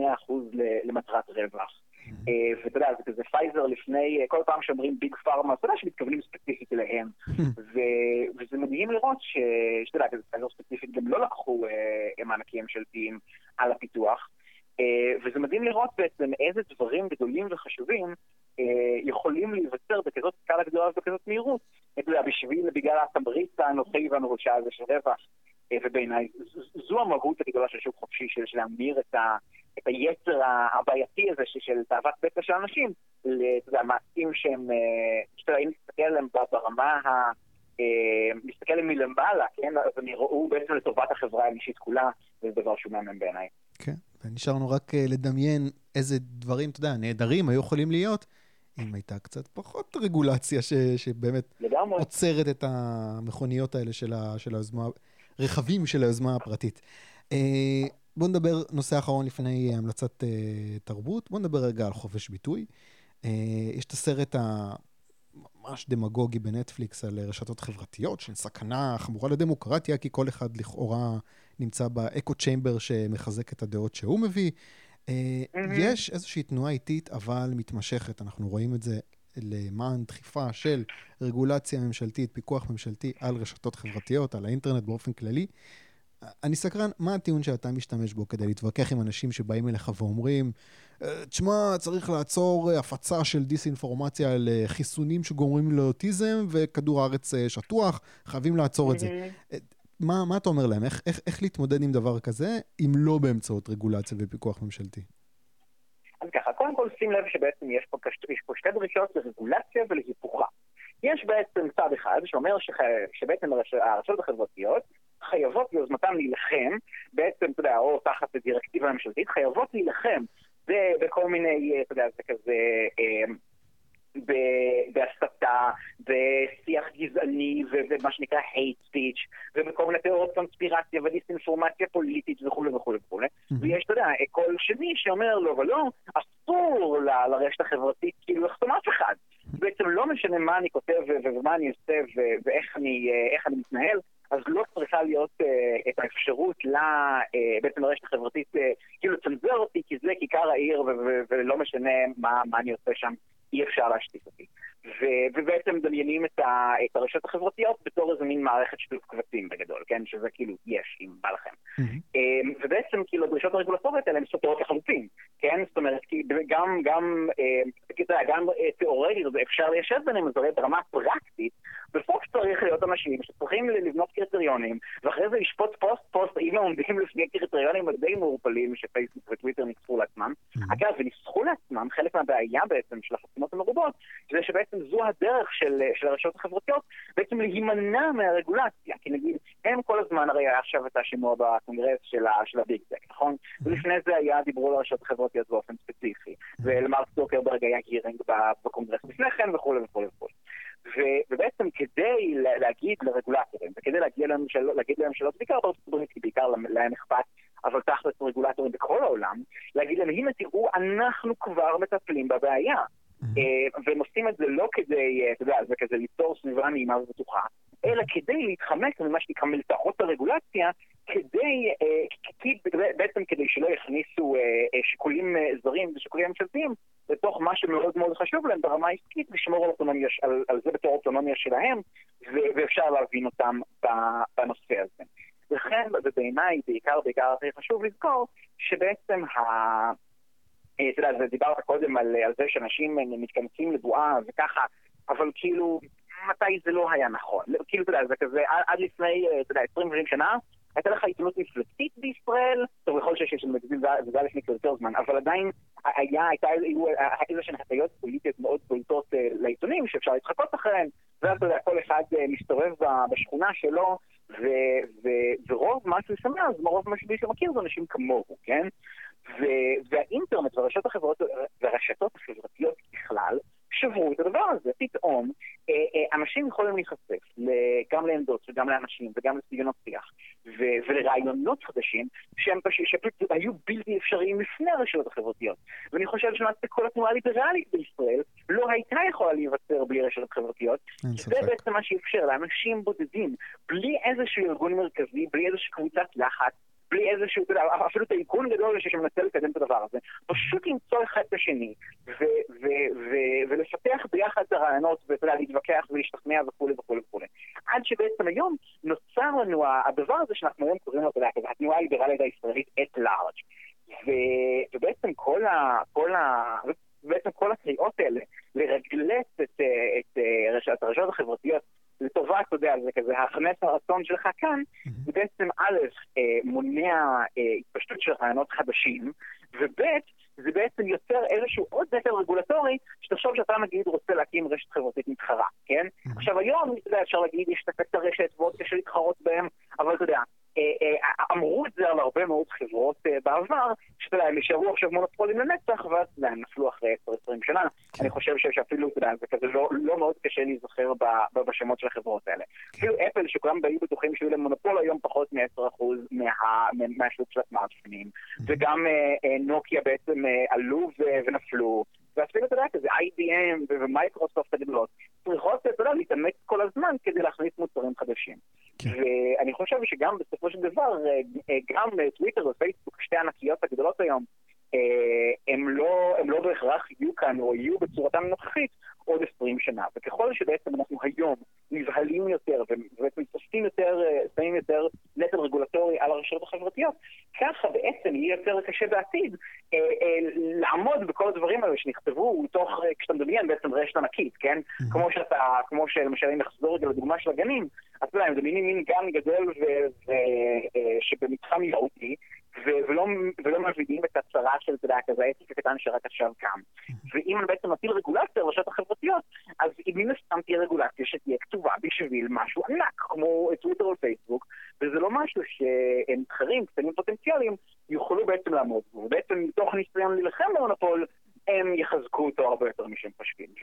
למטרת רווח. ואתה יודע, זה כזה פייזר לפני, כל פעם שאומרים ביג פארמה, אתה יודע שמתכוונים ספציפית אליהם, וזה מדהים לראות שאתה יודע, פייזר ספציפית גם לא לקחו מענקים ממשלתיים על הפיתוח, וזה מדהים לראות בעצם איזה דברים גדולים וחשובים יכולים להיווצר בכזאת סקאלה גדולה ובכזאת מהירות, אתה יודע, בגלל התמריץ הנוכחי והמרושע הזה של רווח, ובעיניי זו המהות הגדולה של שוק חופשי, של להמיר את היצר הבעייתי הזה של תאוות בצע של אנשים, למעשים שהם, אם נסתכל עליהם ברמה, נסתכל עליהם מלמעלה, כן? אז הם יראו בעצם לטובת החברה האנושית כולה, וזה דבר שהוא מהמם בעיניי. כן, ונשארנו רק לדמיין איזה דברים, אתה יודע, נהדרים היו יכולים להיות, אם הייתה קצת פחות רגולציה שבאמת עוצרת את המכוניות האלה של היוזמה, רכבים של היוזמה הפרטית. בוא נדבר, נושא אחרון לפני המלצת תרבות, בוא נדבר רגע על חופש ביטוי. יש את הסרט ממש דמגוגי בנטפליקס על רשתות חברתיות, של סכנה חמורה לדמוקרטיה, כי כל אחד לכאורה נמצא באקו צ'יימבר שמחזק את הדעות שהוא מביא. יש איזושהי תנועה איטית, אבל מתמשכת. אנחנו רואים את זה למען דחיפה של רגולציה ממשלתית, פיקוח ממשלתי על רשתות חברתיות, על האינטרנט באופן כללי. אני סקרן, מה הטיעון שאתה משתמש בו כדי להתווכח עם אנשים שבאים אליך ואומרים, תשמע, צריך לעצור הפצה של דיסאינפורמציה על חיסונים שגורמים לאוטיזם וכדור הארץ שטוח, חייבים לעצור את זה. מה אתה אומר להם? איך להתמודד עם דבר כזה, אם לא באמצעות רגולציה ופיקוח ממשלתי? אז ככה, קודם כל שים לב שבעצם יש פה שתי דרישות לרגולציה ולהיפוכה. יש בעצם צד אחד שאומר שבעצם הרשתות החברתיות חייבות ביוזמתן להילחם, בעצם, אתה יודע, או תחת דירקטיבה ממשלתית, חייבות להילחם בכל מיני, אתה יודע, זה כזה, בהסתה, בשיח גזעני, ומה שנקרא hate speech, ובכל מיני תיאוריות קונספירציה ודיסאינפורמציה פוליטית וכו' וכו' וכו'. ויש, אתה יודע, קול שני שאומר לו, ולא, אסור לרשת החברתית כאילו לחסום אף אחד. בעצם לא משנה מה אני כותב ומה אני עושה ואיך אני מתנהל, אז לא צריכה להיות את האפשרות בעצם לרשת החברתית כאילו לצנזר אותי, כי זה כיכר העיר ולא משנה מה אני עושה שם, אי אפשר להשתיק אותי. ובעצם דמיינים את הרשתות החברתיות בתור איזה מין מערכת שיתוף קבצים בגדול, כן? שזה כאילו יש, אם בא לכם. ובעצם כאילו הדרישות הרגולטוריות האלה הן סותרות לחלוטין, כן? זאת אומרת, גם תיאורטית אפשר ליישב ביניהם, אז הרי ברמה פרקטית, בסוף צריך להיות אנשים שצריכים לבנות קריטריונים, ואחרי זה לשפוט פוסט, אם הם עומדים לפני קריטריונים די מעורפלים שפייסבוק וטוויטר ניסחו לעצמם. אגב, וניסחו לעצמם, חלק מהבעיה בעצם של החסימות המרובות, זה שבעצם זו הדרך של הרשתות החברתיות, בעצם להימנע מהרגולציה. כי נגיד, הם כל הזמן, הרי היה עכשיו את השימוע בקונגרס של הביג טק, נכון? ולפני זה דיברו על הרשתות החברתיות באופן ספציפי, ולמרק צוקרברג היה גירינג בקונגרס לפני כן וכו' וכו' וכו'. ובעצם כדי להגיד לרגולטורים, וכדי להגיד להם שלא בעיקר בארצות הברית, כי בעיקר להם אכפת, אבל תכלס רגולטורים בכל העולם, להגיד להם, הנה תראו, אנחנו כבר מטפלים בבעיה. והם עושים את זה לא כדי, אתה יודע, זה כזה ליצור סביבה נעימה ובטוחה, אלא כדי להתחמק ממה שנקרא מלתחות הרגולציה, בעצם כדי שלא יכניסו שיקולים זרים ושיקולים ממשלתיים לתוך מה שמאוד מאוד חשוב להם ברמה העסקית, לשמור על זה בתור אוטונומיה שלהם, ואפשר להבין אותם בנושא הזה. לכן, בעיניי, בעיקר הכי חשוב לזכור שבעצם אתה יודע, דיברת קודם על זה שאנשים מתכנסים לבועה וככה, אבל כאילו, מתי זה לא היה נכון? כאילו, אתה יודע, זה כזה, עד לפני, אתה יודע, 20 שנה, הייתה לך עיתונות מפלגתית בישראל, טוב, יכול להיות שיש מגזין, זה היה לפני יותר זמן, אבל עדיין הייתה איזה שהן הטיות פוליטיות מאוד בולטות לעיתונים, שאפשר להתחקות אחריהן, ואז, אתה יודע, כל אחד מסתובב בשכונה שלו, ורוב מה שהוא שומע, אז רוב מה שהוא מכיר זה אנשים כמוהו, כן? והאינטרנט והרשתות החברתיות בכלל שברו את הדבר הזה. פתאום אנשים יכולים להיחשף גם לעמדות וגם לאנשים וגם לסגנונות שיח ולרעיונות חדשים שפשוט היו בלתי אפשריים לפני הרשתות החברתיות. ואני חושב שלמעשה כל התנועה הליברלית בישראל לא הייתה יכולה להיווצר בלי רשתות חברתיות. זה בעצם מה שאפשר לאנשים בודדים, בלי איזשהו ארגון מרכזי, בלי איזושהי קבוצת לחץ, בלי איזשהו, אפילו את האיכון גדול שמנסה לקדם את הדבר הזה, פשוט למצוא אחד את השני, ולפתח ביחד את הרעיונות, ולהתווכח ולהשתכנע וכו' וכו' וכו'. עד שבעצם היום נוצר לנו הדבר הזה שאנחנו היום קוראים לו, התנועה הליברלית הישראלית at large. ובעצם כל הקריאות האלה, לרגלץ את הרשתות החברתיות, לטובת, אתה יודע, זה כזה, הכנס הרצון שלך כאן, זה בעצם א', מונע התפשטות של רעיונות חדשים, וב', זה בעצם יוצר איזשהו עוד נטל רגולטורי, שתחשוב שאתה נגיד רוצה להקים רשת חברתית מתחרה, כן? עכשיו היום, אתה יודע, אפשר להגיד, יש את הרשת ועוד קשה להתחרות בהם, אבל אתה יודע, אמרו את זה על הרבה מאוד חברות בעבר, שאתה יודע, הם נשארו עכשיו מונופולים לנצח, ואז הם נפלו אחרי 10-20 שנה. אני חושב שאפילו, אתה יודע, זה כזה לא מאוד קשה להיזכר בשמות של החברות האלה. אפילו אפל, שכולם היו בטוחים שהיו להם מונופול, היום פחות מ-10% מהשוק של הסמארטפונים. וגם נוקיה בעצם עלו ונפלו. ואפילו, אתה יודע, כזה IBM ומייקרוסופט הגדולות, צריכות, אתה יודע, להתאמץ כל הזמן כדי להכניס מוצרים חדשים. ואני חושב שגם בסופו של דבר, גם טוויטר ופייסבוק, שתי הענקיות הגדולות היום, הם לא בהכרח יהיו כאן או יהיו בצורתם הנוכחית עוד 20 שנה. וככל שבעצם אנחנו היום נבהלים יותר ובעצם שמים יותר נטל רגולטורי על הרשתות החברתיות, ככה בעצם יהיה יותר קשה בעתיד לעמוד בכל הדברים האלה שנכתבו כשאתה מדמיין בעצם רשת ענקית, כן? כמו שלמשל אם נחזור רגע לדוגמה של הגנים, אז הם מדמיינים מין גן גדול שבמתחם ייעודי, ולא מבינים את הצרה של כזה העסק הקטן שרק עכשיו קם. ואם בעצם נטיל רגולציה לרשתות החברתיות, אז מן הסתם תהיה רגולציה שתהיה כתובה בשביל משהו ענק, כמו טוויטר או פייסבוק, וזה לא משהו שמתחרים, קטנים פוטנציאליים, יוכלו בעצם לעמוד בו. ובעצם מתוך ניסיון להילחם במונופול, הם יחזקו אותו הרבה יותר משהם חושבים.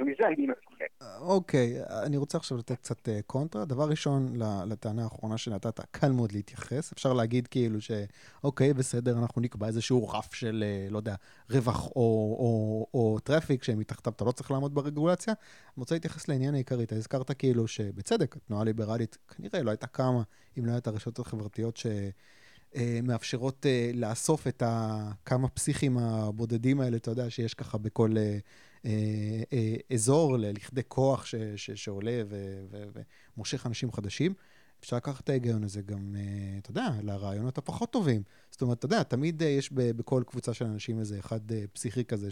ומזה אני מפחד. אוקיי, אני רוצה עכשיו לתת קצת קונטרה. דבר ראשון, לטענה האחרונה שנתת, קל מאוד להתייחס. אפשר להגיד כאילו שאוקיי, בסדר, אנחנו נקבע איזשהו רף של, לא יודע, רווח או טראפיק שמתחתיו אתה לא צריך לעמוד ברגולציה. אני רוצה להתייחס לעניין העיקרי. אתה הזכרת כאילו שבצדק, התנועה הליברלית כנראה לא הייתה קמה, אם לא הייתה הרשתות החברתיות מאפשרות לאסוף את כמה פסיכים הבודדים האלה, אתה יודע, שיש ככה בכל אזור, לכדי כוח שעולה ומושך אנשים חדשים. אפשר לקחת את ההיגיון הזה גם, אתה יודע, לרעיונות הפחות טובים. זאת אומרת, אתה יודע, תמיד יש בכל קבוצה של אנשים איזה אחד פסיכי כזה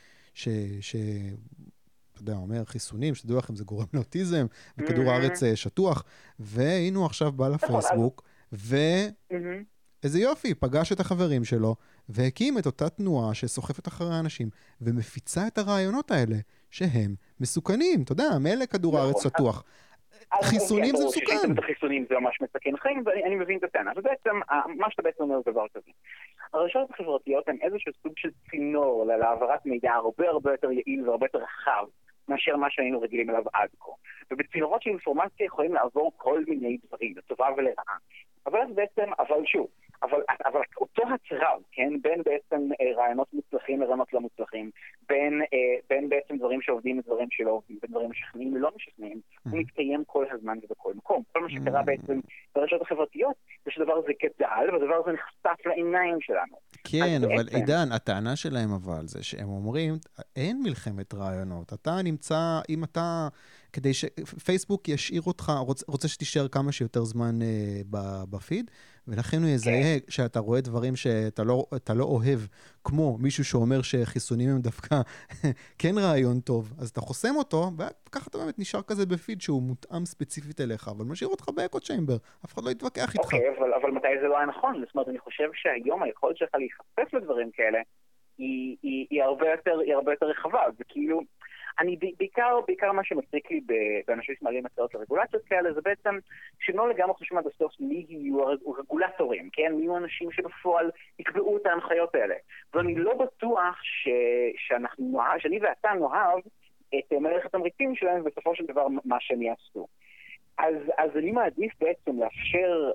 אתה יודע, אומר חיסונים, שתדעו לכם, זה גורם לאוטיזם, וכדור הארץ שטוח, והיינו עכשיו בא לפייסבוק, איזה יופי, פגש את החברים שלו, והקים את אותה תנועה שסוחפת אחרי האנשים, ומפיצה את הרעיונות האלה, שהם מסוכנים. אתה יודע, מלא כדור הארץ שטוח. חיסונים זה מסוכן. את החיסונים זה ממש מסכן חיים, ואני מבין את הטענה. ובעצם, מה שאתה בעצם אומר דבר כזה. הרשתות החברתיות הן איזשהו סוג של צינור להעברת מידע הרבה יותר יעיל והרבה יותר רחב, מאשר מה שהיינו רגילים אליו עד כה. ובצינורות של אינפורמציה יכולים לעבור כל מיני דברים, לטובה ולרעה. אבל אז בעצם, אבל אותו הצרב, כן, בין בעצם רעיונות מוצלחים לרעיונות לא מוצלחים, בין בעצם דברים שעובדים ודברים שלא עובדים, בין דברים משכנעים ולא משכנעים, הוא מתקיים כל הזמן ובכל מקום. כל מה שקרה בעצם ברשתות החברתיות, זה שדבר הזה גדל, והדבר הזה נחשף לעיניים שלנו. כן, אבל עידן, הטענה שלהם אבל זה שהם אומרים, אין מלחמת רעיונות. אתה נמצא, אם אתה, כדי שפייסבוק ישאיר אותך, רוצה שתישאר כמה שיותר זמן בפיד, ולכן הוא יזהה שאתה רואה דברים שאתה לא אוהב, כמו מישהו שאומר שחיסונים הם דווקא כן רעיון טוב, אז אתה חוסם אותו, וככה אתה באמת נשאר כזה בפיד שהוא מותאם ספציפית אליך, אבל משאיר אותך באקו צ'יימבר, אף אחד לא יתווכח איתך. אוקיי, אבל מתי זה לא היה נכון? זאת אומרת, אני חושב שהיום היכולת שלך להיחשף לדברים כאלה, היא הרבה יותר רחבה, וכאילו, אני בעיקר מה שמציק לי באנשים שמעלים הצעות לרגולציות כאלה, זה בעצם שלא לגמרי חושבים עד הסוף מי יהיו הרגולטורים, כן? מי יהיו אנשים שבפועל יקבעו את ההנחיות האלה. ואני לא בטוח שאני ואתה נאהב את מערכת התמריצים שלהם, ובסופו של דבר מה שהם יעשו. אז אני מעדיף בעצם לאפשר,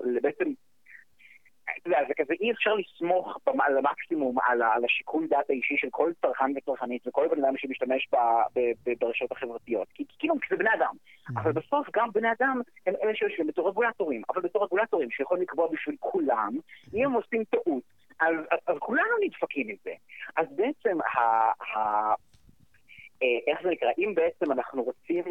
זה כזה, אי אפשר לסמוך למקסימום על השיקול דעת האישי של כל צרכן וצרכנית וכל בן אדם שמשתמש ברשתות החברתיות, כי זה בני אדם. אבל בסוף גם בני אדם הם אלה שיושבים בתור רגולטורים, אבל בתור רגולטורים שיכולים לקבוע בשביל כולם, אם הם עושים טעות, אז כולנו נדפקים מזה. אז בעצם איך זה נקרא? אם בעצם אנחנו רוצים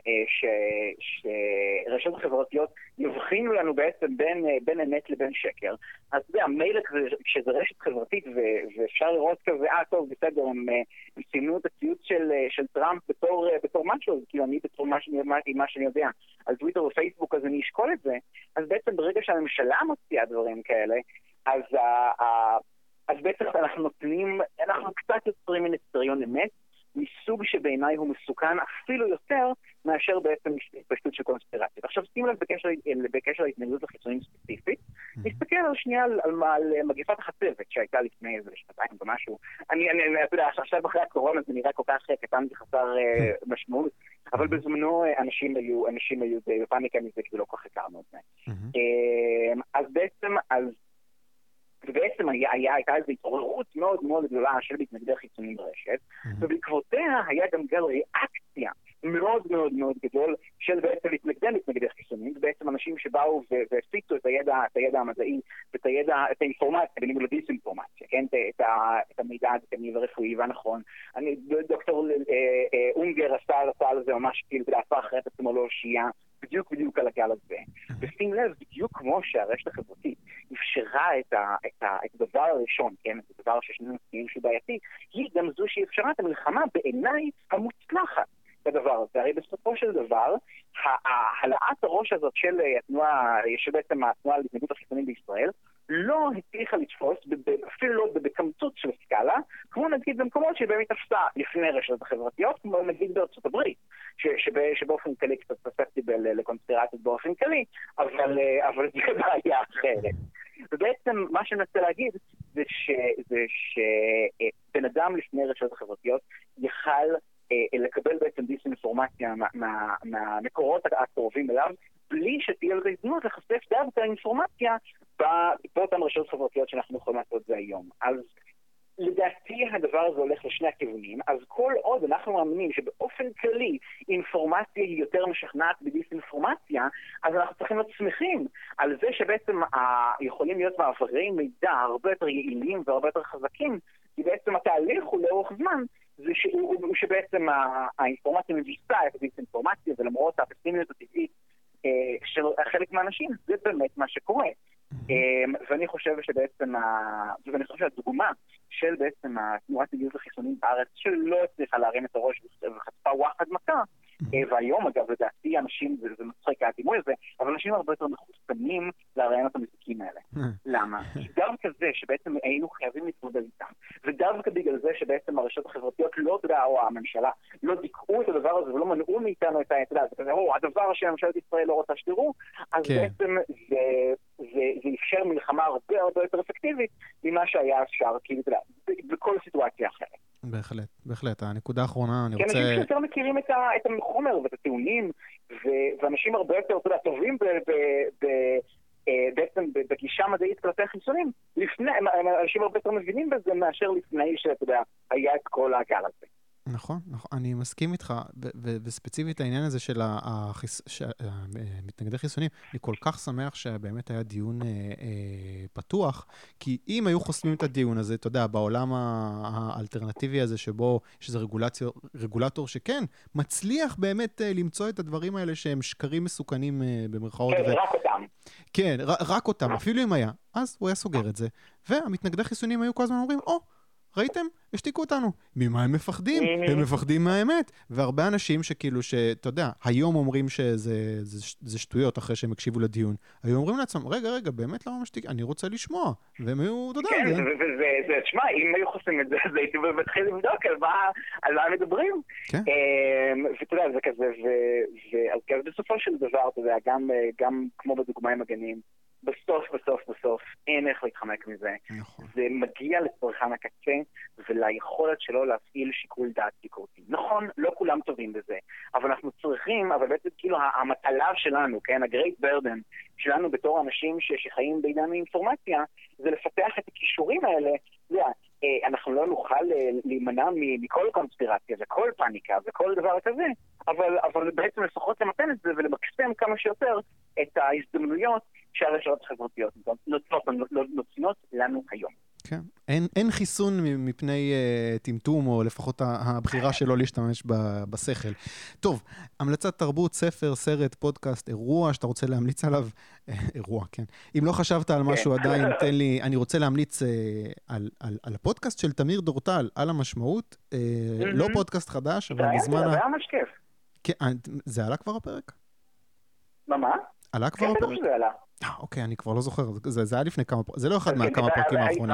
שרשתות החברתיות יבחינו לנו בעצם בין אמת לבין שקר, אז זה המייל כשזה רשת חברתית ואפשר לראות כזה, טוב, בסדר, הם סימנו את הציוץ של טראמפ בתור משהו, כאילו אני בתור מה שאני יודע על טוויטר ופייסבוק, אז אני אשקול את זה. אז בעצם ברגע שהממשלה מוציאה דברים כאלה, אז בעצם אנחנו קצת יוצרים מן סטריון אמת, מסוג שבעיניי הוא מסוכן אפילו יותר מאשר בעצם התפשטות של קונספירציות. עכשיו שים לב בקשר להתנגדות לחיסונים ספציפית, נסתכל על שנייה על מגפת החצבת שהייתה לפני איזה שנתיים ומשהו. אני יודע, עכשיו אחרי הקורונה זה נראה כל כך קטן וחסר משמעות, אבל בזמנו אנשים היו בפאניקה מזה כי לא כל כך הכרנו את זה. ובעצם הייתה איזו התעוררות מאוד מאוד גדולה של מתנגדי חיסונים ברשת, ובעקבותיה היה גם גל ריאקציה מאוד מאוד מאוד גדול של בעצם מתנגדי חיסונים, ובעצם אנשים שבאו והפיצו את הידע המדעי, את האינפורמציה, בניגוד לדיסאינפורמציה, כן? את המידע העדכני והרפואי והנכון. דוקטור אונגר עשה על זה ממש כאילו הפך אחרי את עצמו להושיע, בדיוק על הגל הזה. ושים לב, בדיוק כמו שהרשת החברתית אפשרה את הדבר הראשון, כן, את הדבר ששנינו מסכימים שהוא בעייתי, היא גם זו שאפשרה את המלחמה בעיניי המוצלחת בדבר הזה. הרי בסופו של דבר, העלאת הראש הזאת של התנועה, שבעצם התנועה להתנגדות החיסונים בישראל, לא הצליחה לתפוס, אפילו לא בקמצוץ של סקאלה, כמו נגיד במקומות שבאמת תפסה לפני רשתות החברתיות, כמו נגיד בארצות הברית, שבאופן כללי קצת פספטיבל לקונספירציות באופן כללי, אבל זה בעיה אחרת. ובעצם מה שאני רוצה להגיד זה שבן אדם לפני רשתות החברתיות יכל לקבל בעצם דיסאינפורמציה מהמקורות הקרובים אליו, בלי שתהיה לזה הזדמנות לחשף דווקא אינפורמציה באותן רשתות חברתיות שאנחנו יכולים לעשות זה היום. אז לדעתי הדבר הזה הולך לשני הכיוונים, אז כל עוד אנחנו מאמינים שבאופן כללי אינפורמציה היא יותר משכנעת בדיסאינפורמציה, אז אנחנו צריכים להיות שמחים על זה שבעצם יכולים להיות מעברי מידע הרבה יותר יעילים והרבה יותר חזקים, כי בעצם התהליך הוא לאורך זמן, זה שבעצם האינפורמציה מביסה את הדיסאינפורמציה, ולמרות הפסימיות הטבעית של חלק מהאנשים, זה באמת מה שקורה. ואני חושב שהדוגמה של בעצם תנועת הגיוס לחיסונים בארץ שלא הצליחה להרים את הראש וחטפה וואחד מכה, והיום אגב לדעתי אנשים, זה מצחיק הדימוי הזה, אבל אנשים הרבה יותר מחוסנים לרעיונות המזיקים האלה. למה? כי דווקא זה שבעצם היינו חייבים להתמודד איתם, ודווקא בגלל זה שבעצם הרשתות החברתיות לא תדע, או הממשלה לא דיכאו את הדבר הזה ולא מנעו מאיתנו את הדבר שממשלת ישראל לא רוצה שתראו, אז בעצם זה אפשר מלחמה הרבה הרבה יותר אפקטיבית ממה שהיה אפשר, כאילו, בכל סיטואציה אחרת. בהחלט, בהחלט. הנקודה האחרונה, אני רוצה... כן, אנשים שיותר מכירים את החומר ואת הטיעונים, ואנשים הרבה יותר טובים בעצם בגישה מדעית כלפי חיסונים, אנשים הרבה יותר מבינים בזה מאשר לפני שאתה יודע, היה את כל הגל הזה. נכון, אני מסכים איתך, וספציפית העניין הזה של מתנגדי חיסונים, אני כל כך שמח שבאמת היה דיון פתוח, כי אם היו חוסמים את הדיון הזה, אתה יודע, בעולם האלטרנטיבי הזה, שבו יש איזה רגולטור שכן, מצליח באמת למצוא את הדברים האלה שהם שקרים מסוכנים במרכאות. כן, רק אותם. כן, רק אותם, אפילו אם היה. אז הוא היה סוגר את זה, והמתנגדי חיסונים היו כל הזמן אומרים, ראיתם? השתיקו אותנו. ממה הם מפחדים? הם מפחדים מהאמת. והרבה אנשים שכאילו, שאתה יודע, היום אומרים שזה שטויות אחרי שהם הקשיבו לדיון. היום אומרים לעצמם, רגע, באמת לא משתיק, אני רוצה לשמוע. והם היו, אתה יודע. כן, וזה, תשמע, אם היו חוסים את זה, אז הייתי מתחיל לבדוק על מה מדברים. ואתה יודע, זה כזה, אז בסופו של דבר, אתה יודע, גם כמו בדוגמה עם הגנים, בסוף, אין איך להתחמק מזה. נכון. זה מגיע לצרכן הקצה וליכולת שלו להפעיל שיקול דעת ביקורתי. נכון, לא כולם טובים בזה, אבל אנחנו צריכים, אבל בעצם כאילו המטלה שלנו, כן, ה-great burden שלנו בתור אנשים שחיים בעידן האינפורמציה, זה לפתח את הכישורים האלה. אנחנו לא נוכל להימנע מכל קונספירציה וכל פאניקה וכל דבר כזה, אבל בעצם לפחות למתן את זה ולמקסם כמה שיותר את ההזדמנויות שהרשתות החברתיות נותנות לנו היום. כן. אין חיסון מפני טמטום, או לפחות הבחירה שלו להשתמש בשכל. טוב, המלצת תרבות, ספר, סרט, פודקאסט, אירוע שאתה רוצה להמליץ עליו, אירוע, כן. אם לא חשבת על משהו עדיין, תן לי, אני רוצה להמליץ על הפודקאסט של תמיר דורטל, על המשמעות, לא פודקאסט חדש, אבל בזמן... זה היה ממש כיף. כן, זה עלה כבר הפרק? מה? עלה כבר הפרק? כן, שזה עלה. אוקיי, אני כבר לא זוכר, זה היה לפני כמה, זה לא אחד מהכמה פרקים האחרונים.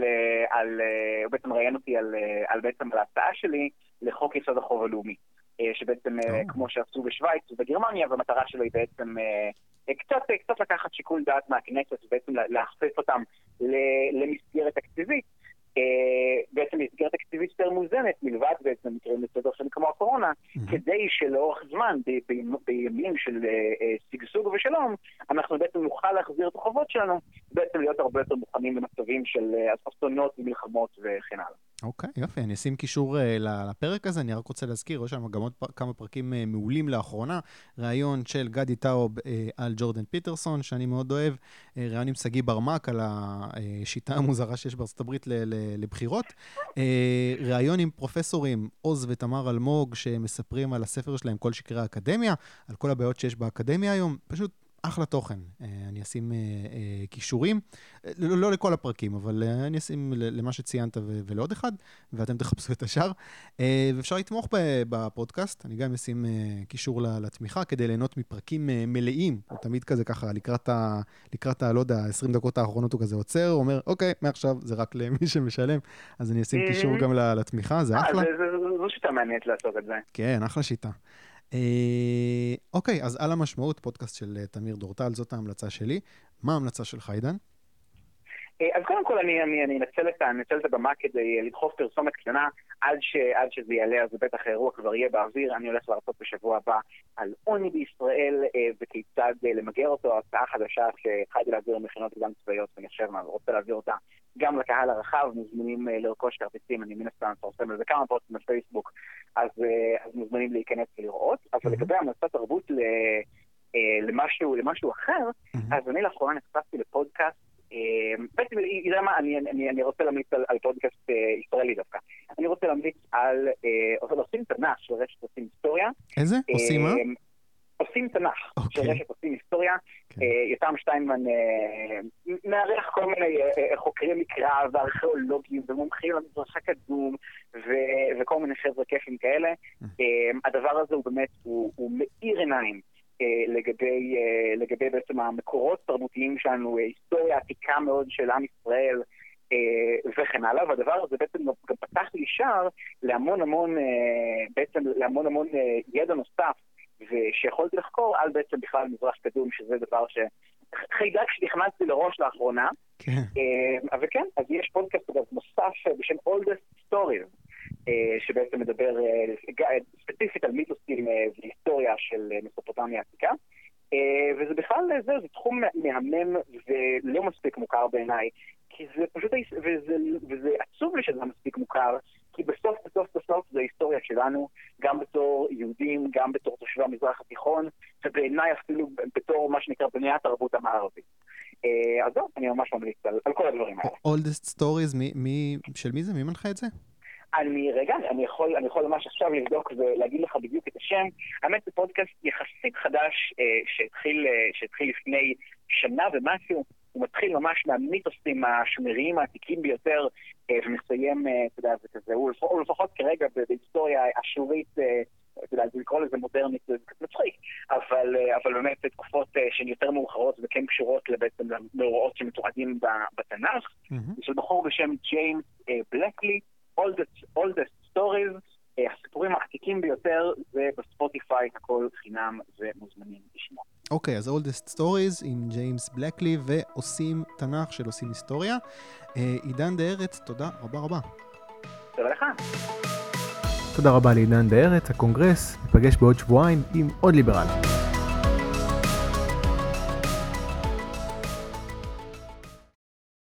בעצם ראיינו אותי על בעצם ההצעה שלי לחוק יסוד החוב הלאומי, שבעצם כמו שעשו בשוויץ ובגרמניה, והמטרה שלו היא בעצם קצת לקחת שיקול דעת מהכנסת, ובעצם להכפיף אותם למסגרת תקציבית, בעצם מסגרת תקציבית יותר מוזנת, מלבד בעצם מקרים לסדר שלי כמו הקורונה, כדי שלאורך זמן, בימים של שגשוג ושלום, אנחנו בעצם נוכל להחזיר את החובות שלנו, בעצם להיות הרבה יותר מוכנים במצבים של אסונות ומלחמות וכן הלאה. אוקיי, יופי, אני אשים קישור לפרק הזה, אני רק רוצה להזכיר, יש שם גם עוד כמה פרקים מעולים לאחרונה, ראיון של גדי טאוב על ג'ורדן פיטרסון, שאני מאוד אוהב, ראיון עם סגי ברמק על השיטה המוזרה שיש בארצות הברית לבחירות, ראיון עם פרופסורים עוז ותמר אלמוג, שמספרים על הספר שלהם, כל שקרי האקדמיה, על כל הבעיות שיש באקדמיה היום, פשוט אחלה תוכן. אני אשים קישורים, לא לכל הפרקים, אבל אני אשים למה שציינת ולעוד אחד, ואתם תחפשו את השאר. ואפשר לתמוך בפודקאסט, אני גם אשים קישור לתמיכה, כדי ליהנות מפרקים מלאים, הוא תמיד כזה ככה, לקראת לא יודע, 20 דקות האחרונות הוא כזה עוצר, הוא אומר, אוקיי, מעכשיו זה רק למי שמשלם, אז אני אשים קישור גם לתמיכה, זה אחלה. זו שיטה מעניינת לעשות את זה. כן, אחלה שיטה. אוקיי, אז על המשמעות, פודקאסט של תמיר דורטל, זאת ההמלצה שלי. מה ההמלצה שלך, עידן? אז קודם כל אני אנצל את הבמה כדי לדחוף פרסומת קטנה עד שזה יעלה, אז בטח האירוע כבר יהיה באוויר. אני הולך להרצות בשבוע הבא על עוני בישראל וכיצד למגר אותו, הרצאה חדשה שהתחלתי להעביר מכינות קדם צבאיות, ואני חושב אני רוצה להעביר אותה גם לקהל הרחב. מוזמנים לרכוש כרטיסים, אני מן הסתם מפרסם על זה כמה פוסטים בפייסבוק, אז מוזמנים להיכנס ולראות. אבל לגבי המלצת תרבות למשהו אחר, אז אני לאחרונה נחשפתי לפודקאסט, בעצם, יודע מה, אני רוצה להמליץ על פודקאסט ישראלי דווקא. אני רוצה להמליץ על עושים תנ"ך של רשת עושים היסטוריה. איזה? עושים מה? עושים תנ"ך של רשת עושים היסטוריה. יותם שטיינמן מארח כל מיני חוקרי מקרא וארכיאולוגים ומומחים למזרח הקדום וכל מיני חבר'ה כיפים כאלה. הדבר הזה הוא באמת, הוא מאיר עיניים לגבי בעצם המקורות התרבותיים שלנו, היסטוריה עתיקה מאוד של עם ישראל וכן הלאה, והדבר הזה בעצם גם פתח לי שער להמון המון ידע נוסף ושיכולתי לחקור על בעצם בכלל מזרח קדום, שזה דבר שחיידק שנכנסתי לראש לאחרונה. אבל כן, אז יש פודקאסט נוסף בשם Oldest Stories, שבעצם מדבר ספציפית על מיתוסים והיסטוריה של מסופוטמיה העתיקה, וזה בכלל זה תחום מהמם ולא מספיק מוכר בעיניי, כי זה פשוט, וזה עצוב לי שזה מספיק מוכר, כי בסוף זה היסטוריה שלנו, גם בתור יהודים, גם בתור תושבי המזרח התיכון, ובעיניי אפילו בתור מה שנקרא בני התרבות המערבית. אז זהו, אני ממש ממליץ על כל הדברים האלה. Oldest Stories, של מי זה? מי מנחה את זה? אני יכול ממש עכשיו לבדוק ולהגיד לך בדיוק את השם. האמת זה פודקאסט יחסית חדש שהתחיל לפני שנה ומשהו. הוא מתחיל ממש מהמיתוסים השומריים העתיקים ביותר ומסיים, אתה יודע, זה כזה, הוא לפחות כרגע בהיסטוריה אשורית, אתה יודע, זה לקרוא לזה מודרנית, זה קצת מצחיק, אבל באמת תקופות שהן יותר מאוחרות וכן קשורות בעצם למאורעות שמתועדים בתנ"ך. יש בחור בשם ג'יימס בלקלי, Oldest Stories, הסיפורים העתיקים ביותר, זה בספוטיפיי, הכל חינם ומוזמנים לשמוע. אוקיי, אז Oldest Stories עם ג'יימס בלקלי ועושים תנ"ך של עושים היסטוריה. עידן דה ארץ, תודה רבה רבה. תודה לך. תודה רבה לעידן דה ארץ, הקונגרס, ניפגש בעוד שבועיים עם עוד ליברל.